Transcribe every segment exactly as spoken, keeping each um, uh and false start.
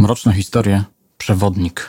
Mroczne historie. Przewodnik.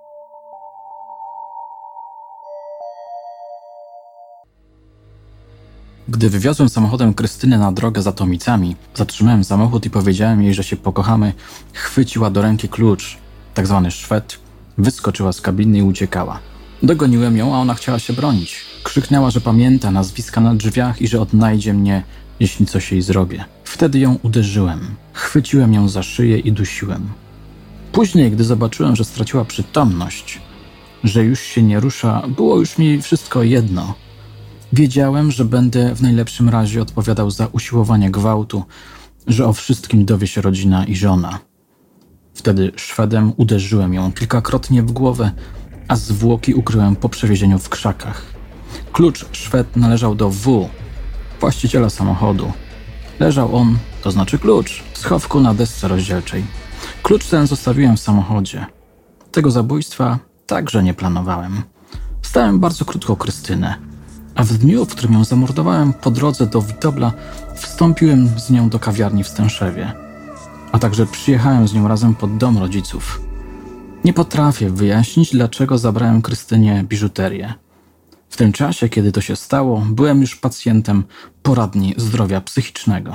Gdy wywiozłem samochodem Krystynę na drogę za Tomicami, zatrzymałem samochód i powiedziałem jej, że się pokochamy, chwyciła do ręki klucz, tak zwany Szwed, wyskoczyła z kabiny i uciekała. Dogoniłem ją, a ona chciała się bronić. Krzyknęła, że pamięta nazwiska na drzwiach i że odnajdzie mnie, jeśli coś jej zrobię. Wtedy ją uderzyłem. Chwyciłem ją za szyję i dusiłem. Później, gdy zobaczyłem, że straciła przytomność, że już się nie rusza, było już mi wszystko jedno. Wiedziałem, że będę w najlepszym razie odpowiadał za usiłowanie gwałtu, że o wszystkim dowie się rodzina i żona. Wtedy Szwedem uderzyłem ją kilkakrotnie w głowę, a zwłoki ukryłem po przewiezieniu w krzakach. Klucz Szwed należał do W., właściciela samochodu. Leżał on, to znaczy klucz, w schowku na desce rozdzielczej. Klucz ten zostawiłem w samochodzie. Tego zabójstwa także nie planowałem. Stałem bardzo krótko Krystynę, a w dniu, w którym ją zamordowałem, po drodze do Witobla wstąpiłem z nią do kawiarni w Stęszewie, a także przyjechałem z nią razem pod dom rodziców. Nie potrafię wyjaśnić, dlaczego zabrałem Krystynie biżuterię. W tym czasie, kiedy to się stało, byłem już pacjentem poradni zdrowia psychicznego.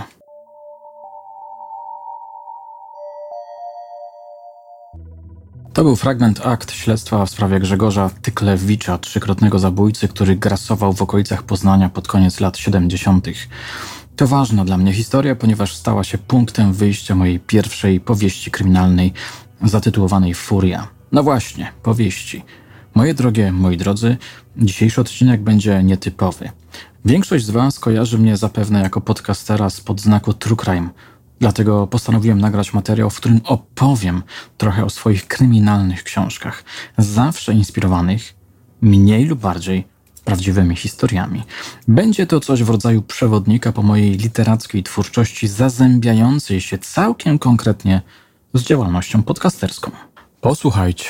To był fragment akt śledztwa w sprawie Grzegorza Tyklewicza, trzykrotnego zabójcy, który grasował w okolicach Poznania pod koniec lat siedemdziesiątych. To ważna dla mnie historia, ponieważ stała się punktem wyjścia mojej pierwszej powieści kryminalnej zatytułowanej Furia. No właśnie, powieści. Moje drogie, moi drodzy, dzisiejszy odcinek będzie nietypowy. Większość z was kojarzy mnie zapewne jako podcastera spod znaku True Crime. Dlatego postanowiłem nagrać materiał, w którym opowiem trochę o swoich kryminalnych książkach, zawsze inspirowanych, mniej lub bardziej, prawdziwymi historiami. Będzie to coś w rodzaju przewodnika po mojej literackiej twórczości, zazębiającej się całkiem konkretnie z działalnością podcasterską. Posłuchajcie.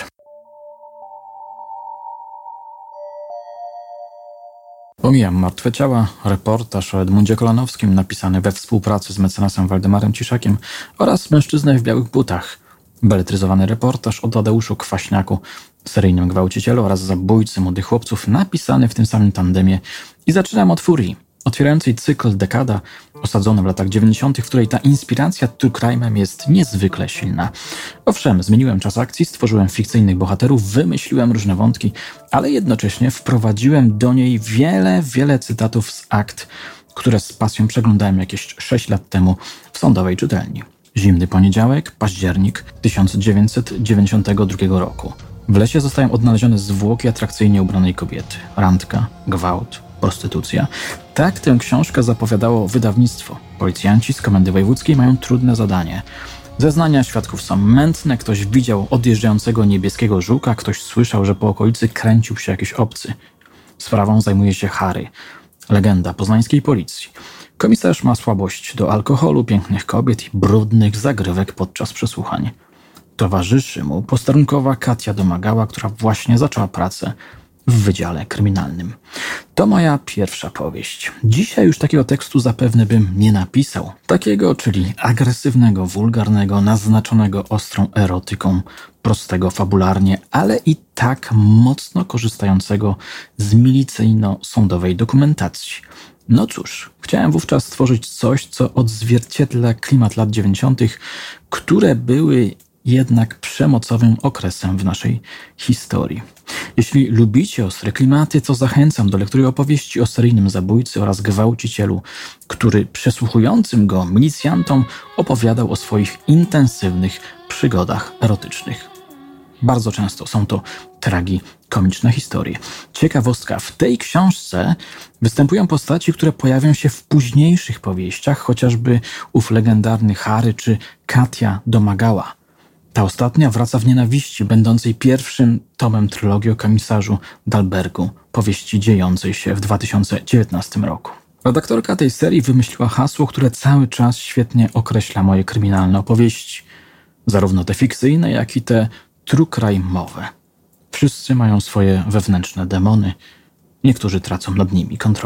Pomijam martwe ciała, reportaż o Edmundzie Kolanowskim napisany we współpracy z mecenasem Waldemarem Ciszakiem oraz Mężczyznę w białych butach, beletryzowany reportaż o Tadeuszu Kwaśniaku, seryjnym gwałcicielu oraz zabójcy młodych chłopców, napisany w tym samym tandemie, i zaczynam od Furii, otwierającej cykl Dekada, osadzony w latach dziewięćdziesiątych, w której ta inspiracja true crime'em jest niezwykle silna. Owszem, zmieniłem czas akcji, stworzyłem fikcyjnych bohaterów, wymyśliłem różne wątki, ale jednocześnie wprowadziłem do niej wiele, wiele cytatów z akt, które z pasją przeglądałem jakieś sześć lat temu w sądowej czytelni. Zimny poniedziałek, październik tysiąc dziewięćset dziewięćdziesiątego drugiego roku. W lesie zostają odnalezione zwłoki atrakcyjnie ubranej kobiety. Randka, gwałt, prostytucja. Tak tę książkę zapowiadało wydawnictwo. Policjanci z Komendy Wojewódzkiej mają trudne zadanie. Zeznania świadków są mętne, ktoś widział odjeżdżającego niebieskiego żuka, ktoś słyszał, że po okolicy kręcił się jakiś obcy. Sprawą zajmuje się Harry, legenda poznańskiej policji. Komisarz ma słabość do alkoholu, pięknych kobiet i brudnych zagrywek podczas przesłuchań. Towarzyszy mu posterunkowa Katia Domagała, która właśnie zaczęła pracę w Wydziale Kryminalnym. To moja pierwsza powieść. Dzisiaj już takiego tekstu zapewne bym nie napisał. Takiego, czyli agresywnego, wulgarnego, naznaczonego ostrą erotyką, prostego fabularnie, ale i tak mocno korzystającego z milicyjno-sądowej dokumentacji. No cóż, chciałem wówczas stworzyć coś, co odzwierciedla klimat lat dziewięćdziesiątych, które były jednak przemocowym okresem w naszej historii. Jeśli lubicie ostre klimaty, to zachęcam do lektury opowieści o seryjnym zabójcy oraz gwałcicielu, który przesłuchującym go milicjantom opowiadał o swoich intensywnych przygodach erotycznych. Bardzo często są to tragikomiczne historie. Ciekawostka, w tej książce występują postaci, które pojawią się w późniejszych powieściach, chociażby ów legendarny Harry czy Katia Domagała. Ta ostatnia wraca w Nienawiści, będącej pierwszym tomem trylogii o komisarzu Dalbergu, powieści dziejącej się w dwa tysiące dziewiętnastym roku. Redaktorka tej serii wymyśliła hasło, które cały czas świetnie określa moje kryminalne opowieści. Zarówno te fikcyjne, jak i te true crime'owe. Wszyscy mają swoje wewnętrzne demony, niektórzy tracą nad nimi kontrolę.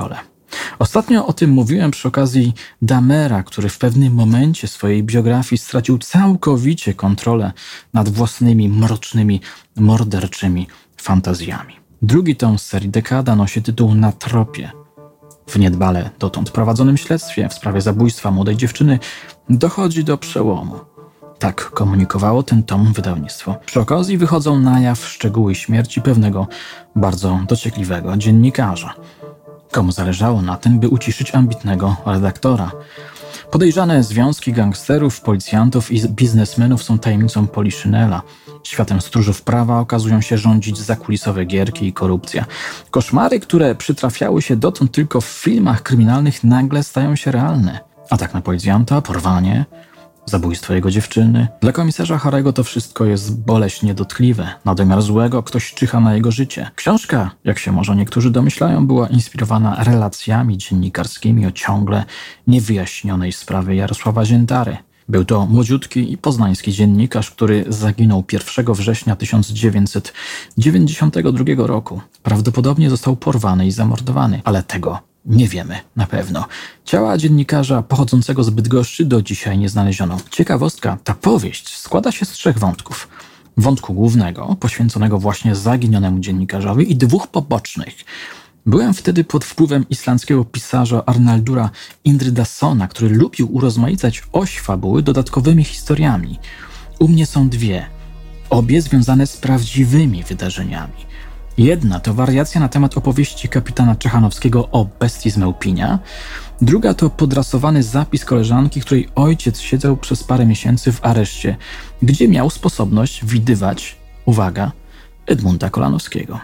Ostatnio o tym mówiłem przy okazji Dahmera, który w pewnym momencie swojej biografii stracił całkowicie kontrolę nad własnymi mrocznymi, morderczymi fantazjami. Drugi tom z serii Dekada nosi tytuł Na tropie. W niedbale dotąd prowadzonym śledztwie w sprawie zabójstwa młodej dziewczyny dochodzi do przełomu. Tak komunikowało ten tom wydawnictwo. Przy okazji wychodzą na jaw szczegóły śmierci pewnego bardzo dociekliwego dziennikarza. Komu zależało na tym, by uciszyć ambitnego redaktora? Podejrzane związki gangsterów, policjantów i biznesmenów są tajemnicą Poliszynela. Światem stróżów prawa okazują się rządzić zakulisowe gierki i korupcja. Koszmary, które przytrafiały się dotąd tylko w filmach kryminalnych, nagle stają się realne. Atak na policjanta, porwanie, zabójstwo jego dziewczyny. Dla komisarza Harego to wszystko jest boleśnie dotkliwe. Na domiar złego ktoś czyha na jego życie. Książka, jak się może niektórzy domyślają, była inspirowana relacjami dziennikarskimi o ciągle niewyjaśnionej sprawie Jarosława Ziętary. Był to młodziutki i poznański dziennikarz, który zaginął pierwszego września tysiąc dziewięćset dziewięćdziesiątego drugiego roku. Prawdopodobnie został porwany i zamordowany, ale tego nie wiemy na pewno. Ciała dziennikarza pochodzącego z Bydgoszczy do dzisiaj nie znaleziono. Ciekawostka, ta powieść składa się z trzech wątków. Wątku głównego, poświęconego właśnie zaginionemu dziennikarzowi, i dwóch pobocznych. Byłem wtedy pod wpływem islandzkiego pisarza Arnaldura Indridasona, który lubił urozmaicać oś fabuły dodatkowymi historiami. U mnie są dwie, obie związane z prawdziwymi wydarzeniami. Jedna to wariacja na temat opowieści kapitana Czechanowskiego o bestii z Mełpinia, druga to podrasowany zapis koleżanki, której ojciec siedział przez parę miesięcy w areszcie, gdzie miał sposobność widywać, uwaga, Edmunda Kolanowskiego.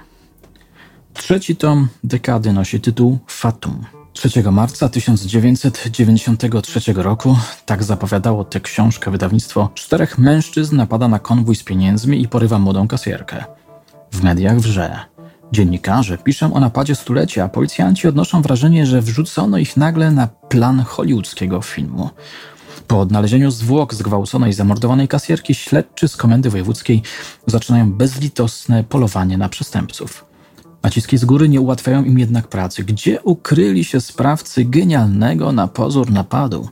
Trzeci tom Dekady nosi tytuł Fatum. trzeciego marca tysiąc dziewięćset dziewięćdziesiątego trzeciego roku, tak zapowiadało tę książkę wydawnictwo, czterech mężczyzn napada na konwój z pieniędzmi i porywa młodą kasjerkę. W mediach wrze. Dziennikarze piszą o napadzie stulecia, a policjanci odnoszą wrażenie, że wrzucono ich nagle na plan hollywoodzkiego filmu. Po odnalezieniu zwłok zgwałconej i zamordowanej kasjerki, śledczy z Komendy Wojewódzkiej zaczynają bezlitosne polowanie na przestępców. Naciski z góry nie ułatwiają im jednak pracy. Gdzie ukryli się sprawcy genialnego na pozór napadu?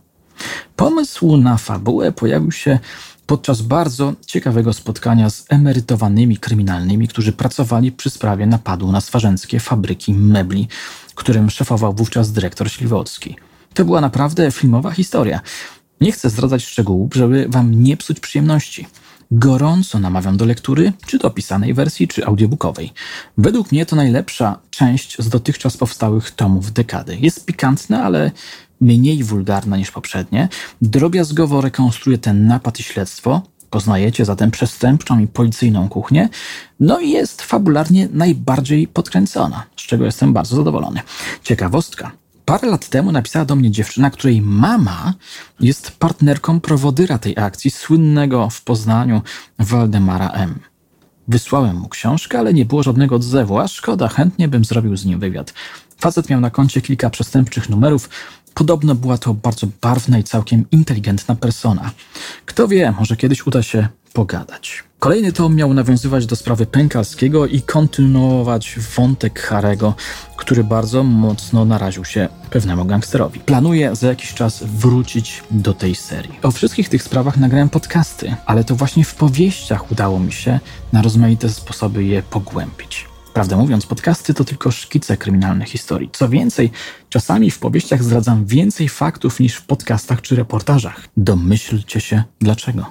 Pomysł na fabułę pojawił się podczas bardzo ciekawego spotkania z emerytowanymi kryminalnymi, którzy pracowali przy sprawie napadu na swarzęckie fabryki mebli, którym szefował wówczas dyrektor Śliwocki. To była naprawdę filmowa historia. Nie chcę zdradzać szczegółów, żeby wam nie psuć przyjemności. Gorąco namawiam do lektury, czy do pisanej wersji, czy audiobookowej. Według mnie to najlepsza część z dotychczas powstałych tomów Dekady. Jest pikantna, ale mniej wulgarna niż poprzednie. Drobiazgowo rekonstruuje ten napad i śledztwo. Poznajecie zatem przestępczą i policyjną kuchnię. No i jest fabularnie najbardziej podkręcona, z czego jestem bardzo zadowolony. Ciekawostka. Parę lat temu napisała do mnie dziewczyna, której mama jest partnerką prowodyra tej akcji, słynnego w Poznaniu Waldemara M. Wysłałem mu książkę, ale nie było żadnego odzewu, a szkoda, chętnie bym zrobił z nim wywiad. Facet miał na koncie kilka przestępczych numerów. Podobno była to bardzo barwna i całkiem inteligentna persona. Kto wie, może kiedyś uda się pogadać. Kolejny tom miał nawiązywać do sprawy Pękalskiego i kontynuować wątek Harego, który bardzo mocno naraził się pewnemu gangsterowi. Planuję za jakiś czas wrócić do tej serii. O wszystkich tych sprawach nagrałem podcasty, ale to właśnie w powieściach udało mi się na rozmaite sposoby je pogłębić. Prawdę mówiąc, podcasty to tylko szkice kryminalnych historii. Co więcej, czasami w powieściach zdradzam więcej faktów niż w podcastach czy reportażach. Domyślcie się dlaczego.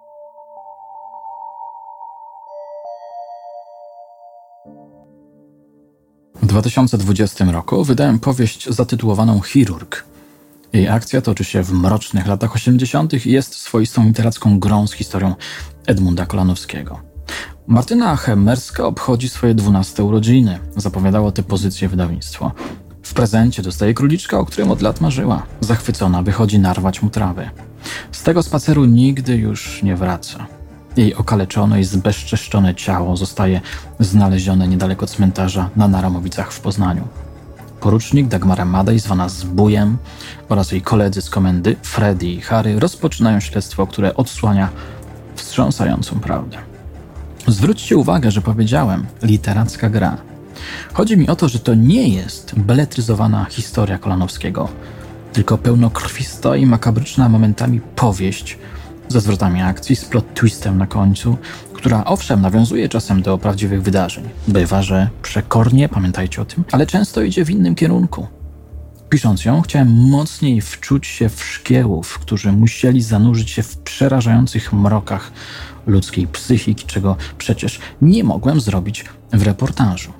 W dwa tysiące dwudziestym roku wydałem powieść zatytułowaną Chirurg. Jej akcja toczy się w mrocznych latach osiemdziesiątych i jest swoistą literacką grą z historią Edmunda Kolanowskiego. Martyna Chemerska obchodzi swoje dwunaste urodziny. Zapowiadało tę pozycję wydawnictwo. W prezencie dostaje króliczka, o którym od lat marzyła. Zachwycona wychodzi narwać mu trawy. Z tego spaceru nigdy już nie wraca. Jej okaleczone i zbezczeszczone ciało zostaje znalezione niedaleko cmentarza na Naramowicach w Poznaniu. Porucznik Dagmara Madej, zwana Zbójem, oraz jej koledzy z komendy, Freddy i Harry, rozpoczynają śledztwo, które odsłania wstrząsającą prawdę. Zwróćcie uwagę, że powiedziałem literacka gra. Chodzi mi o to, że to nie jest beletryzowana historia Kolanowskiego, tylko pełnokrwista i makabryczna momentami powieść ze zwrotami akcji, z plot twistem na końcu, która owszem nawiązuje czasem do prawdziwych wydarzeń. Bywa, że przekornie, pamiętajcie o tym, ale często idzie w innym kierunku. Pisząc ją, chciałem mocniej wczuć się w szkiełów, którzy musieli zanurzyć się w przerażających mrokach ludzkiej psychiki, czego przecież nie mogłem zrobić w reportażu.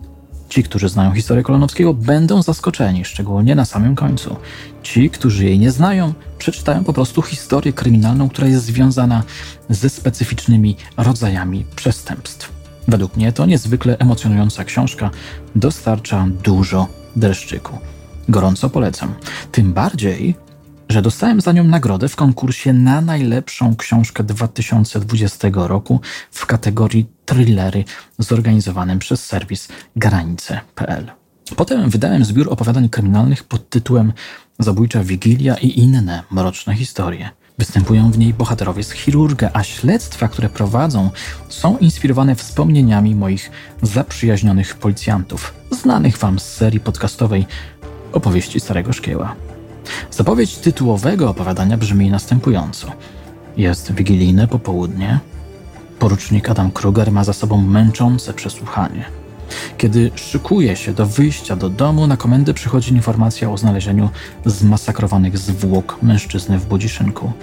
Ci, którzy znają historię Kolanowskiego, będą zaskoczeni, szczególnie na samym końcu. Ci, którzy jej nie znają, przeczytają po prostu historię kryminalną, która jest związana ze specyficznymi rodzajami przestępstw. Według mnie to niezwykle emocjonująca książka, dostarcza dużo dreszczyku. Gorąco polecam. Tym bardziej, że dostałem za nią nagrodę w konkursie na najlepszą książkę dwa tysiące dwudziestego roku w kategorii thrillery zorganizowanym przez serwis granice kropka p l. Potem wydałem zbiór opowiadań kryminalnych pod tytułem Zabójcza Wigilia i inne mroczne historie. Występują w niej bohaterowie z chirurga, a śledztwa, które prowadzą, są inspirowane wspomnieniami moich zaprzyjaźnionych policjantów, znanych wam z serii podcastowej Opowieści Starego Szkieła. Zapowiedź tytułowego opowiadania brzmi następująco. Jest wigilijne popołudnie. Porucznik Adam Kruger ma za sobą męczące przesłuchanie. Kiedy szykuje się do wyjścia do domu, na komendę przychodzi informacja o znalezieniu zmasakrowanych zwłok mężczyzny w Budziszynku.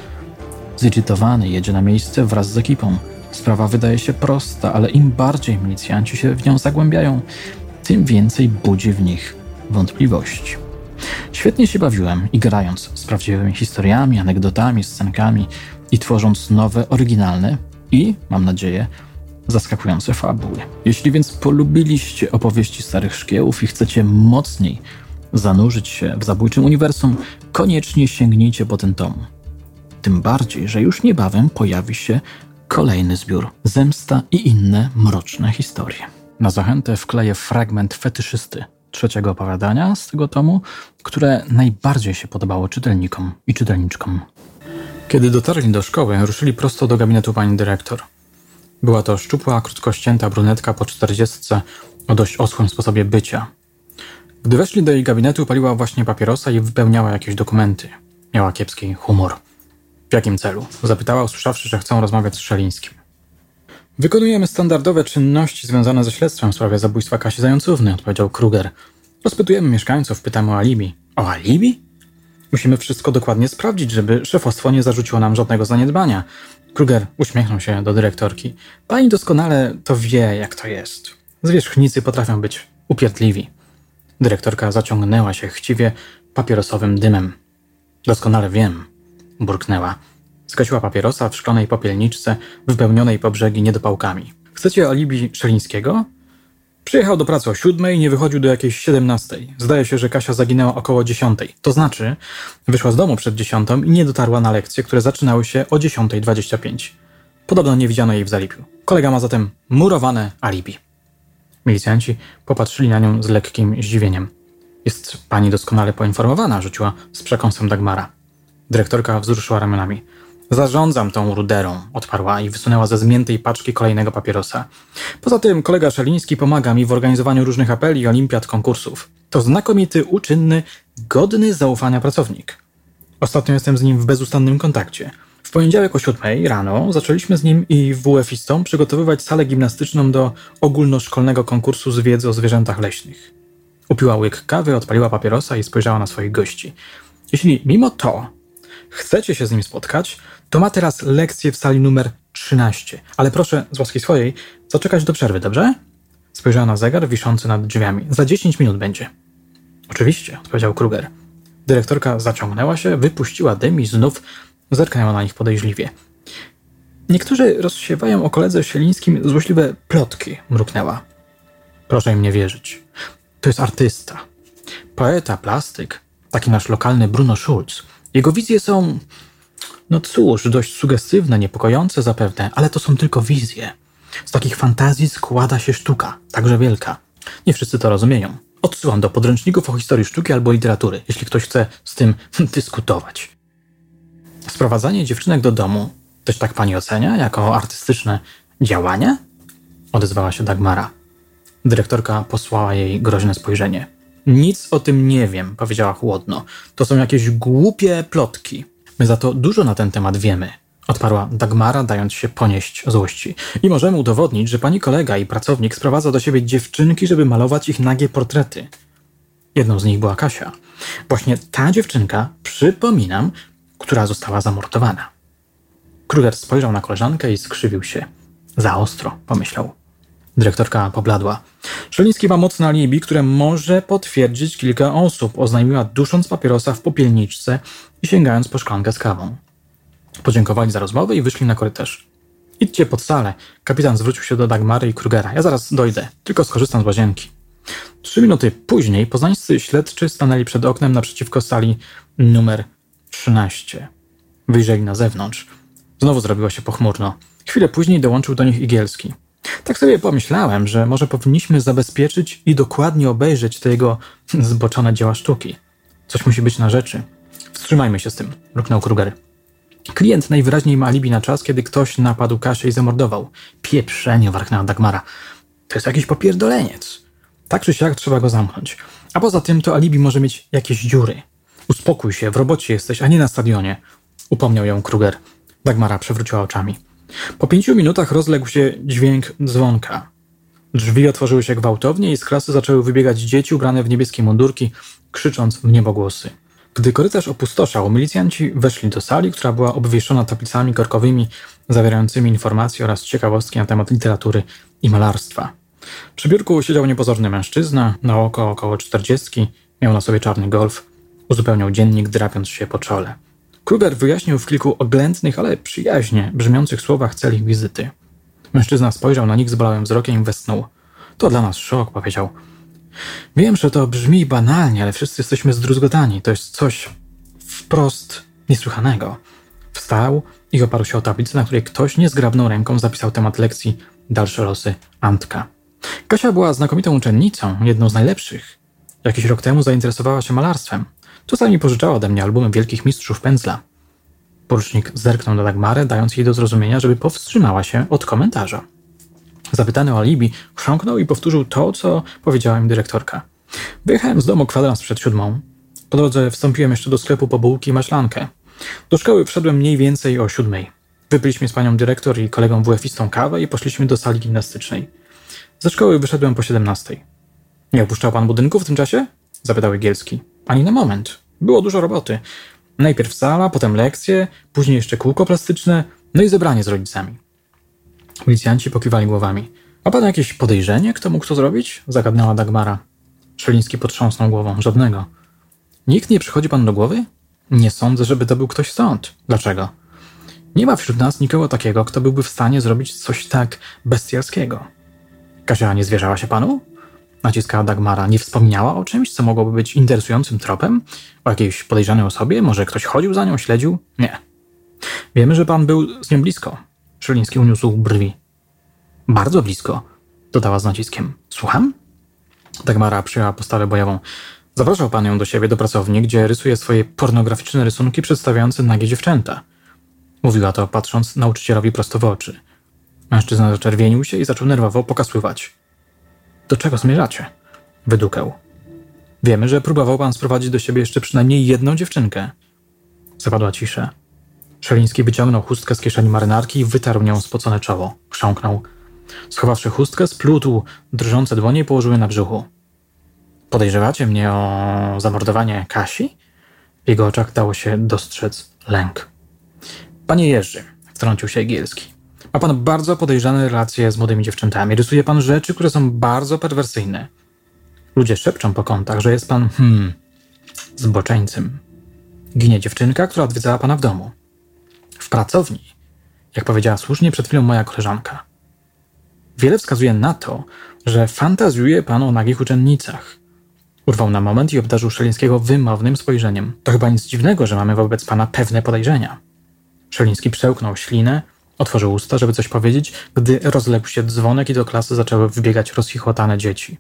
Zirytowany jedzie na miejsce wraz z ekipą. Sprawa wydaje się prosta, ale im bardziej milicjanci się w nią zagłębiają, tym więcej budzi w nich wątpliwości. Świetnie się bawiłem i grając z prawdziwymi historiami, anegdotami, scenkami i tworząc nowe, oryginalne i, mam nadzieję, zaskakujące fabuły. Jeśli więc polubiliście opowieści Starych Szkiełów i chcecie mocniej zanurzyć się w zabójczym uniwersum, koniecznie sięgnijcie po ten tom. Tym bardziej, że już niebawem pojawi się kolejny zbiór Zemsta i inne mroczne historie. Na zachętę wkleję fragment fetyszysty trzeciego opowiadania z tego tomu, które najbardziej się podobało czytelnikom i czytelniczkom. Kiedy dotarli do szkoły, ruszyli prosto do gabinetu pani dyrektor. Była to szczupła, krótko ścięta brunetka po czterdziestce o dość oschłym sposobie bycia. Gdy weszli do jej gabinetu, paliła właśnie papierosa i wypełniała jakieś dokumenty. Miała kiepski humor. W jakim celu? Zapytała, usłyszawszy, że chcą rozmawiać z Szelińskim. Wykonujemy standardowe czynności związane ze śledztwem w sprawie zabójstwa Kasi Zającówny, odpowiedział Kruger. Rozpytujemy mieszkańców, pytamy o alibi. O alibi? Musimy wszystko dokładnie sprawdzić, żeby szefostwo nie zarzuciło nam żadnego zaniedbania. Kruger uśmiechnął się do dyrektorki. Pani doskonale to wie, jak to jest. Zwierzchnicy potrafią być upierdliwi. Dyrektorka zaciągnęła się chciwie papierosowym dymem. Doskonale wiem, burknęła. Zgasiła papierosa w szklanej popielniczce wypełnionej po brzegi niedopałkami. Chcecie alibi Szelińskiego? Przyjechał do pracy o siódmej i nie wychodził do jakiejś siedemnastej. Zdaje się, że Kasia zaginęła około dziesiątej. To znaczy, wyszła z domu przed dziesiątą i nie dotarła na lekcje, które zaczynały się o dziesiątej dwadzieścia pięć. Podobno nie widziano jej w Zalipiu. Kolega ma zatem murowane alibi. Milicjanci popatrzyli na nią z lekkim zdziwieniem. Jest pani doskonale poinformowana, rzuciła z przekąsem Dagmara. Dyrektorka wzruszyła ramionami. Zarządzam tą ruderą, odparła i wysunęła ze zmiętej paczki kolejnego papierosa. Poza tym kolega Szeliński pomaga mi w organizowaniu różnych apeli, olimpiad, konkursów. To znakomity, uczynny, godny zaufania pracownik. Ostatnio jestem z nim w bezustannym kontakcie. W poniedziałek o siódmej rano zaczęliśmy z nim i W F istą przygotowywać salę gimnastyczną do ogólnoszkolnego konkursu z wiedzy o zwierzętach leśnych. Upiła łyk kawy, odpaliła papierosa i spojrzała na swoich gości. Jeśli mimo to chcecie się z nim spotkać, to ma teraz lekcję w sali numer trzynaście. Ale proszę, z łaski swojej, zaczekać do przerwy, dobrze? Spojrzała na zegar wiszący nad drzwiami. Za dziesięć minut będzie. Oczywiście, odpowiedział Kruger. Dyrektorka zaciągnęła się, wypuściła dym i znów zerknęła na nich podejrzliwie. Niektórzy rozsiewają o koledze Szelińskim złośliwe plotki, mruknęła. Proszę im nie wierzyć. To jest artysta. Poeta, plastyk. Taki nasz lokalny Bruno Schulz. Jego wizje są, no cóż, dość sugestywne, niepokojące zapewne, ale to są tylko wizje. Z takich fantazji składa się sztuka, także wielka. Nie wszyscy to rozumieją. Odsyłam do podręczników o historii sztuki albo literatury, jeśli ktoś chce z tym dyskutować. Sprowadzanie dziewczynek do domu też tak pani ocenia, jako artystyczne działanie? Odezwała się Dagmara. Dyrektorka posłała jej groźne spojrzenie. Nic o tym nie wiem, powiedziała chłodno. To są jakieś głupie plotki. My za to dużo na ten temat wiemy, odparła Dagmara, dając się ponieść złości. I możemy udowodnić, że pani kolega i pracownik sprowadza do siebie dziewczynki, żeby malować ich nagie portrety. Jedną z nich była Kasia. Właśnie ta dziewczynka, przypominam, która została zamordowana. Kruger spojrzał na koleżankę i skrzywił się. Za ostro, pomyślał. Dyrektorka pobladła. Szeliński ma mocne alibi, które może potwierdzić kilka osób, oznajmiła, dusząc papierosa w popielniczce i sięgając po szklankę z kawą. Podziękowali za rozmowę i wyszli na korytarz. Idźcie pod salę. Kapitan zwrócił się do Dagmary i Krugera. Ja zaraz dojdę, tylko skorzystam z łazienki. Trzy minuty później poznańscy śledczy stanęli przed oknem naprzeciwko sali numer trzynaście. Wyjrzeli na zewnątrz. Znowu zrobiło się pochmurno. Chwilę później dołączył do nich Igielski. Tak sobie pomyślałem, że może powinniśmy zabezpieczyć i dokładnie obejrzeć te jego zboczone dzieła sztuki. Coś musi być na rzeczy. Wstrzymajmy się z tym, mruknął Kruger. Klient najwyraźniej ma alibi na czas, kiedy ktoś napadł Kasię i zamordował. Pieprzenie, warknęła Dagmara. To jest jakiś popierdoleniec. Tak czy siak trzeba go zamknąć. A poza tym to alibi może mieć jakieś dziury. Uspokój się, w robocie jesteś, a nie na stadionie. Upomniał ją Kruger. Dagmara przewróciła oczami. Po pięciu minutach rozległ się dźwięk dzwonka. Drzwi otworzyły się gwałtownie i z klasy zaczęły wybiegać dzieci ubrane w niebieskie mundurki, krzycząc w niebogłosy. Gdy korytarz opustoszał, milicjanci weszli do sali, która była obwieszona tablicami korkowymi zawierającymi informacje oraz ciekawostki na temat literatury i malarstwa. Przy biurku siedział niepozorny mężczyzna, na oko około czterdziestki, miał na sobie czarny golf, uzupełniał dziennik, drapiąc się po czole. Kruger wyjaśnił w kilku oględnych, ale przyjaźnie brzmiących słowach cel ich wizyty. Mężczyzna spojrzał na nich zbolałym wzrokiem i westchnął. To dla nas szok, powiedział. Wiem, że to brzmi banalnie, ale wszyscy jesteśmy zdruzgotani. To jest coś wprost niesłychanego. Wstał i oparł się o tablicę, na której ktoś niezgrabną ręką zapisał temat lekcji Dalsze losy Antka. Kasia była znakomitą uczennicą, jedną z najlepszych. Jakiś rok temu zainteresowała się malarstwem. Czasami pożyczała ode mnie albumy wielkich mistrzów pędzla. Porucznik zerknął na Dagmarę, dając jej do zrozumienia, żeby powstrzymała się od komentarza. Zapytany o alibi, chrząknął i powtórzył to, co powiedziała im dyrektorka. Wyjechałem z domu kwadrans przed siódmą. Po drodze wstąpiłem jeszcze do sklepu po bułki i maślankę. Do szkoły wszedłem mniej więcej o siódmej. Wypiliśmy z panią dyrektor i kolegą W F-istą kawę i poszliśmy do sali gimnastycznej. Ze szkoły wyszedłem po siedemnastej. Nie opuszczał pan budynku w tym czasie? Zapytał Igielski. Ani na moment. Było dużo roboty. Najpierw sala, potem lekcje, później jeszcze kółko plastyczne, no i zebranie z rodzicami. Milicjanci pokiwali głowami. Ma pan jakieś podejrzenie, kto mógł to zrobić? Zagadnęła Dagmara. Szeliński potrząsnął głową. Żadnego. Nikt nie przychodzi panu do głowy? Nie sądzę, żeby to był ktoś stąd. Dlaczego? Nie ma wśród nas nikogo takiego, kto byłby w stanie zrobić coś tak bestialskiego. Kasia nie zwierzała się panu? Naciskała Dagmara. Nie wspomniała o czymś, co mogłoby być interesującym tropem? O jakiejś podejrzanej osobie? Może ktoś chodził za nią, śledził? Nie. Wiemy, że pan był z nią blisko. Szeliński uniósł brwi. Bardzo blisko, dodała z naciskiem. Słucham? Dagmara przyjęła postawę bojową. Zapraszał pan ją do siebie do pracowni, gdzie rysuje swoje pornograficzne rysunki przedstawiające nagie dziewczęta. Mówiła to, patrząc nauczycielowi prosto w oczy. Mężczyzna zaczerwienił się i zaczął nerwowo pokasływać. Do czego zmierzacie? Wydukał. Wiemy, że próbował pan sprowadzić do siebie jeszcze przynajmniej jedną dziewczynkę. Zapadła cisza. Szeliński wyciągnął chustkę z kieszeni marynarki i wytarł nią spocone czoło. Chrząknął. Schowawszy chustkę, splótł drżące dłonie i położył je na brzuchu. Podejrzewacie mnie o zamordowanie Kasi? W jego oczach dało się dostrzec lęk. Panie Jerzy, wtrącił się Igielski. Ma pan bardzo podejrzane relacje z młodymi dziewczętami. Rysuje pan rzeczy, które są bardzo perwersyjne. Ludzie szepczą po kątach, że jest pan, hmm, zboczeńcem. Ginie dziewczynka, która odwiedzała pana w domu. W pracowni, jak powiedziała słusznie przed chwilą moja koleżanka. Wiele wskazuje na to, że fantazjuje pan o nagich uczennicach. Urwał na moment i obdarzył Szelińskiego wymownym spojrzeniem. To chyba nic dziwnego, że mamy wobec pana pewne podejrzenia. Szeliński przełknął ślinę, otworzył usta, żeby coś powiedzieć, gdy rozległ się dzwonek i do klasy zaczęły wbiegać rozchichotane dzieci.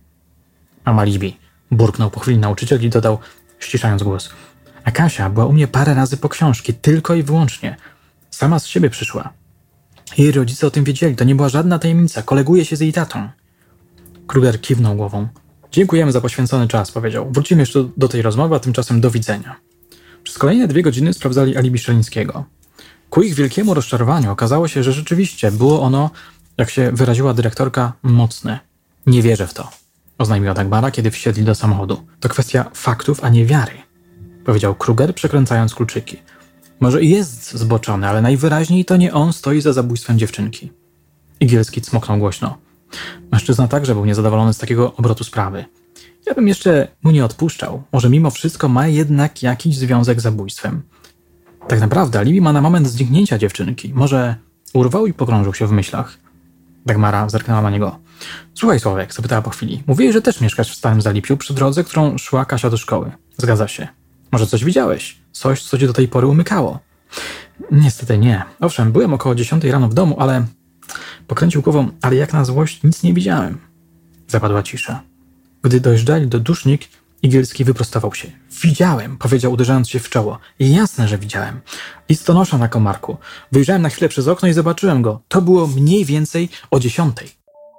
Mam alibi, burknął po chwili nauczyciel i dodał, ściszając głos. A Kasia była u mnie parę razy po książki, tylko i wyłącznie. Sama z siebie przyszła. Jej rodzice o tym wiedzieli, to nie była żadna tajemnica, koleguje się z jej tatą. Kruger kiwnął głową. Dziękujemy za poświęcony czas, powiedział. Wrócimy jeszcze do tej rozmowy, a tymczasem do widzenia. Przez kolejne dwie godziny sprawdzali alibi Szelińskiego. Ku ich wielkiemu rozczarowaniu okazało się, że rzeczywiście było ono, jak się wyraziła dyrektorka, mocne. Nie wierzę w to, oznajmiła Dagmara, kiedy wsiedli do samochodu. To kwestia faktów, a nie wiary, powiedział Kruger, przekręcając kluczyki. Może i jest zboczony, ale najwyraźniej to nie on stoi za zabójstwem dziewczynki. Igielski cmoknął głośno. Mężczyzna także był niezadowolony z takiego obrotu sprawy. Ja bym jeszcze mu nie odpuszczał. Może mimo wszystko ma jednak jakiś związek z zabójstwem. Tak naprawdę alibi ma na moment zniknięcia dziewczynki. Może urwał i pogrążył się w myślach. Dagmara zerknęła na niego. Słuchaj, Sławek, zapytała po chwili. Mówiłeś, że też mieszkasz w Starym Zalipiu przy drodze, którą szła Kasia do szkoły. Zgadza się. Może coś widziałeś? Coś, co cię do tej pory umykało? Niestety nie. Owszem, byłem około dziesiątej rano w domu, ale... Pokręcił głową, ale jak na złość nic nie widziałem. Zapadła cisza. Gdy dojeżdżali do Dusznik, Igielski wyprostował się. Widziałem, powiedział, uderzając się w czoło. Jasne, że widziałem. Listonosza na komarku. Wyjrzałem na chwilę przez okno i zobaczyłem go. To było mniej więcej o dziesiątej.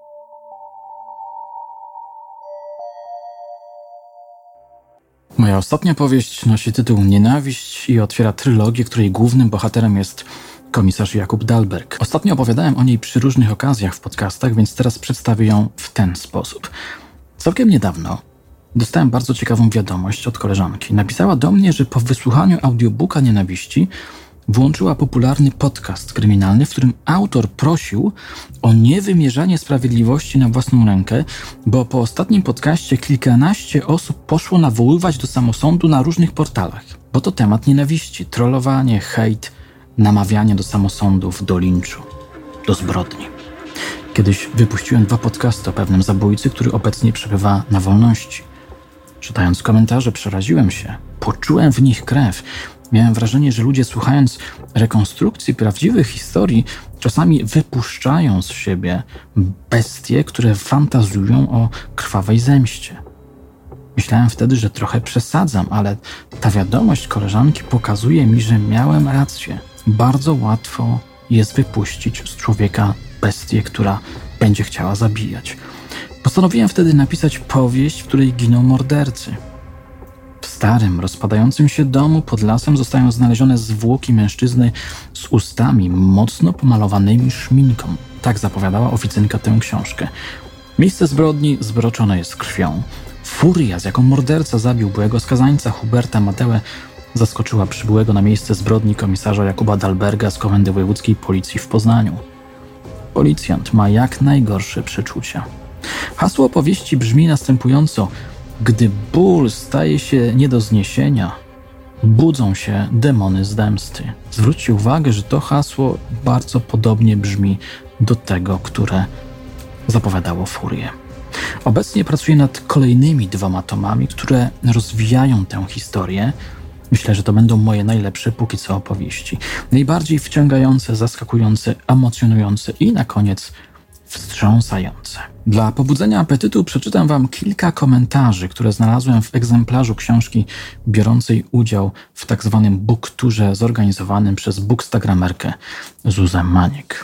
Moja ostatnia powieść nosi tytuł Nienawiść i otwiera trylogię, której głównym bohaterem jest komisarz Jakub Dalberg. Ostatnio opowiadałem o niej przy różnych okazjach w podcastach, więc teraz przedstawię ją w ten sposób. Całkiem niedawno dostałem bardzo ciekawą wiadomość od koleżanki. Napisała do mnie, że po wysłuchaniu audiobooka Nienawiści włączyła popularny podcast kryminalny, w którym autor prosił o niewymierzanie sprawiedliwości na własną rękę, bo po ostatnim podcaście kilkanaście osób poszło nawoływać do samosądu na różnych portalach. Bo to temat nienawiści, trollowanie, hejt, namawianie do samosądów, do linczu, do zbrodni. Kiedyś wypuściłem dwa podcasty o pewnym zabójcy, który obecnie przebywa na wolności. Czytając komentarze, przeraziłem się. Poczułem w nich krew. Miałem wrażenie, że ludzie, słuchając rekonstrukcji prawdziwych historii, czasami wypuszczają z siebie bestie, które fantazjują o krwawej zemście. Myślałem wtedy, że trochę przesadzam, ale ta wiadomość koleżanki pokazuje mi, że miałem rację. Bardzo łatwo jest wypuścić z człowieka bestię, która będzie chciała zabijać. Postanowiłem wtedy napisać powieść, w której giną mordercy. W starym, rozpadającym się domu pod lasem zostają znalezione zwłoki mężczyzny z ustami mocno pomalowanymi szminką. Tak zapowiadała oficynka tę książkę. Miejsce zbrodni zbroczone jest krwią. Furia, z jaką morderca zabił byłego skazańca Huberta Matełę, zaskoczyła przybyłego na miejsce zbrodni komisarza Jakuba Dalberga z Komendy Wojewódzkiej Policji w Poznaniu. Policjant ma jak najgorsze przeczucia. Hasło opowieści brzmi następująco: gdy ból staje się nie do zniesienia, budzą się demony zemsty. Zwróćcie uwagę, że to hasło bardzo podobnie brzmi do tego, które zapowiadało Furię. Obecnie pracuję nad kolejnymi dwoma tomami, które rozwijają tę historię. Myślę, że to będą moje najlepsze póki co opowieści. Najbardziej wciągające, zaskakujące, emocjonujące i na koniec wstrząsające. Dla pobudzenia apetytu przeczytam wam kilka komentarzy, które znalazłem w egzemplarzu książki biorącej udział w tak zwanym bookturze zorganizowanym przez bookstagramerkę Zuzę Maniek.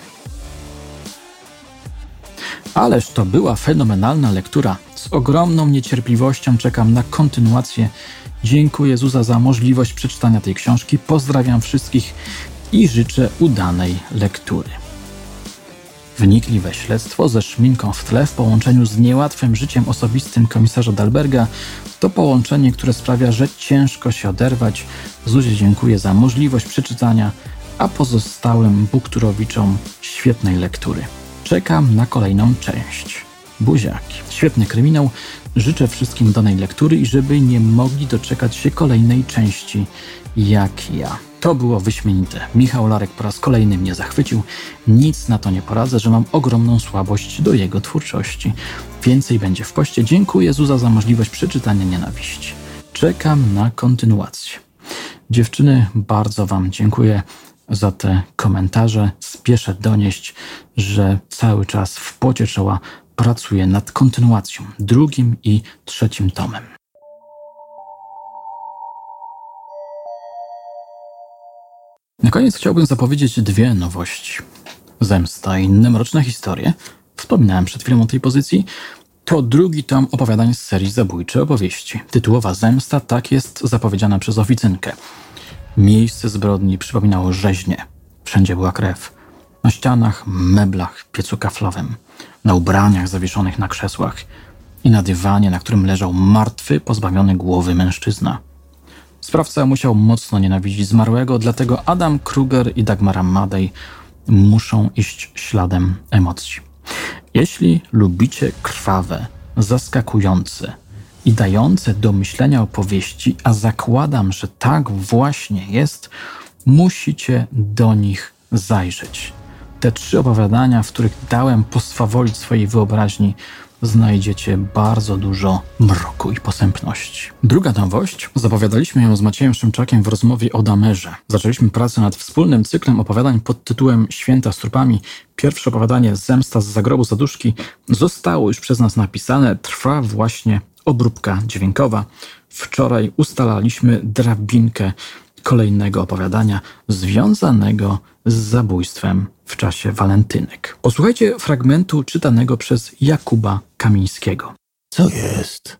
Ależ to była fenomenalna lektura. Z ogromną niecierpliwością czekam na kontynuację. Dziękuję, Zuza, za możliwość przeczytania tej książki. Pozdrawiam wszystkich i życzę udanej lektury. Wnikliwe śledztwo ze szminką w tle w połączeniu z niełatwym życiem osobistym komisarza Dalberga to połączenie, które sprawia, że ciężko się oderwać. Zuzie dziękuję za możliwość przeczytania, a pozostałym bookturowiczom świetnej lektury. Czekam na kolejną część. Buziaki. Świetny kryminał. Życzę wszystkim danej lektury i żeby nie mogli doczekać się kolejnej części jak ja. To było wyśmienite. Michał Larek po raz kolejny mnie zachwycił. Nic na to nie poradzę, że mam ogromną słabość do jego twórczości. Więcej będzie w poście. Dziękuję, Zuza, za możliwość przeczytania Nienawiści. Czekam na kontynuację. Dziewczyny, bardzo wam dziękuję za te komentarze. Spieszę donieść, że cały czas w pocie czoła pracuję nad kontynuacją, drugim i trzecim tomem. Na koniec chciałbym zapowiedzieć dwie nowości. Zemsta i inne mroczne historie. Wspominałem przed chwilą o tej pozycji. To drugi tom opowiadań z serii Zabójcze opowieści. Tytułowa Zemsta tak jest zapowiedziana przez oficynkę. Miejsce zbrodni przypominało rzeźnię. Wszędzie była krew. Na ścianach, meblach, piecu kaflowym, na ubraniach zawieszonych na krzesłach i na dywanie, na którym leżał martwy, pozbawiony głowy mężczyzna. Sprawca musiał mocno nienawidzić zmarłego, dlatego Adam Kruger i Dagmara Madej muszą iść śladem emocji. Jeśli lubicie krwawe, zaskakujące i dające do myślenia opowieści, a zakładam, że tak właśnie jest, musicie do nich zajrzeć. Te trzy opowiadania, w których dałem poswawolić swojej wyobraźni, znajdziecie bardzo dużo mroku i posępności. Druga nowość, zapowiadaliśmy ją z Maciejem Szymczakiem w rozmowie o Damerze. Zaczęliśmy pracę nad wspólnym cyklem opowiadań pod tytułem Święta z trupami. Pierwsze opowiadanie Zemsta z zagrobu zaduszki zostało już przez nas napisane, trwa właśnie obróbka dźwiękowa. Wczoraj ustalaliśmy drabinkę kolejnego opowiadania związanego z zabójstwem w czasie walentynek. Posłuchajcie fragmentu czytanego przez Jakuba Kamińskiego. Co jest?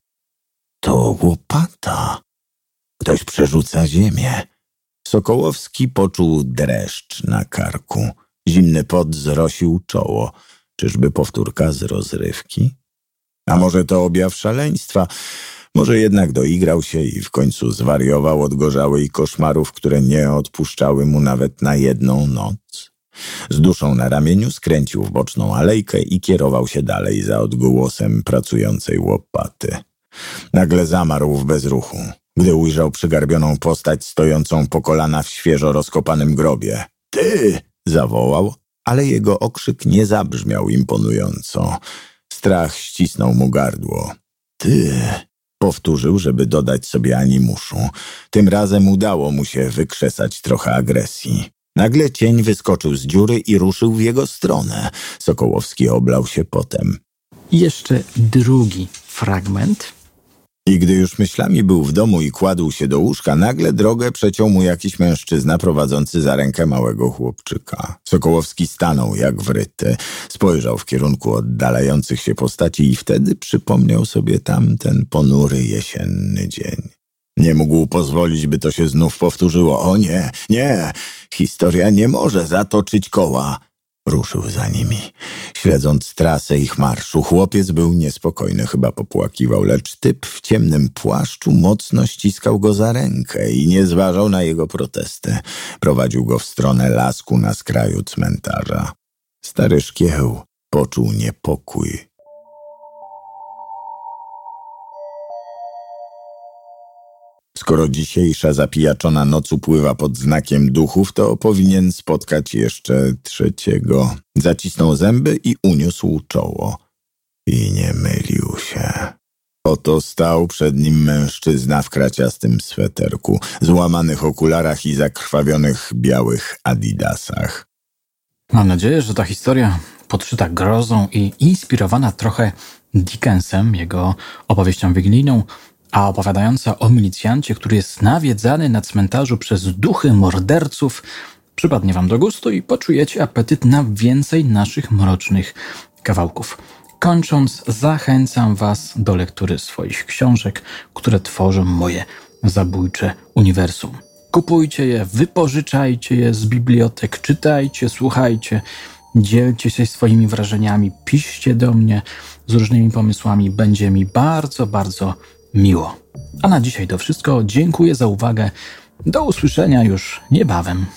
To łopata. Ktoś przerzuca ziemię. Sokołowski poczuł dreszcz na karku. Zimny pot zrosił czoło. Czyżby powtórka z rozrywki? A może to objaw szaleństwa? Może jednak doigrał się i w końcu zwariował od gorzałych koszmarów, które nie odpuszczały mu nawet na jedną noc. Z duszą na ramieniu skręcił w boczną alejkę i kierował się dalej za odgłosem pracującej łopaty. Nagle zamarł w bezruchu, gdy ujrzał przygarbioną postać stojącą po kolana w świeżo rozkopanym grobie. Ty! Zawołał, ale jego okrzyk nie zabrzmiał imponująco. Strach ścisnął mu gardło. Ty! Powtórzył, żeby dodać sobie animuszu. Tym razem udało mu się wykrzesać trochę agresji. Nagle cień wyskoczył z dziury i ruszył w jego stronę. Sokołowski oblał się potem. I jeszcze drugi fragment. I gdy już myślami był w domu i kładł się do łóżka, nagle drogę przeciął mu jakiś mężczyzna prowadzący za rękę małego chłopczyka. Sokołowski stanął jak wryty, spojrzał w kierunku oddalających się postaci i wtedy przypomniał sobie tamten ponury jesienny dzień. Nie mógł pozwolić, by to się znów powtórzyło. O nie, nie, historia nie może zatoczyć koła. Ruszył za nimi. Śledząc trasę ich marszu, chłopiec był niespokojny, chyba popłakiwał, lecz typ w ciemnym płaszczu mocno ściskał go za rękę i nie zważał na jego protesty. Prowadził go w stronę lasku na skraju cmentarza. Stary szkieł poczuł niepokój. Skoro dzisiejsza zapijaczona noc upływa pod znakiem duchów, to powinien spotkać jeszcze trzeciego. Zacisnął zęby i uniósł czoło. I nie mylił się. Oto stał przed nim mężczyzna w kraciastym sweterku, złamanych okularach i zakrwawionych białych adidasach. Mam nadzieję, że ta historia podszyta grozą i inspirowana trochę Dickensem, jego opowieścią wigilijną, a opowiadająca o milicjancie, który jest nawiedzany na cmentarzu przez duchy morderców, przypadnie wam do gustu i poczujecie apetyt na więcej naszych mrocznych kawałków. Kończąc, zachęcam was do lektury swoich książek, które tworzą moje zabójcze uniwersum. Kupujcie je, wypożyczajcie je z bibliotek, czytajcie, słuchajcie, dzielcie się swoimi wrażeniami, piszcie do mnie z różnymi pomysłami. Będzie mi bardzo, bardzo miło. A na dzisiaj to wszystko. Dziękuję za uwagę. Do usłyszenia już niebawem.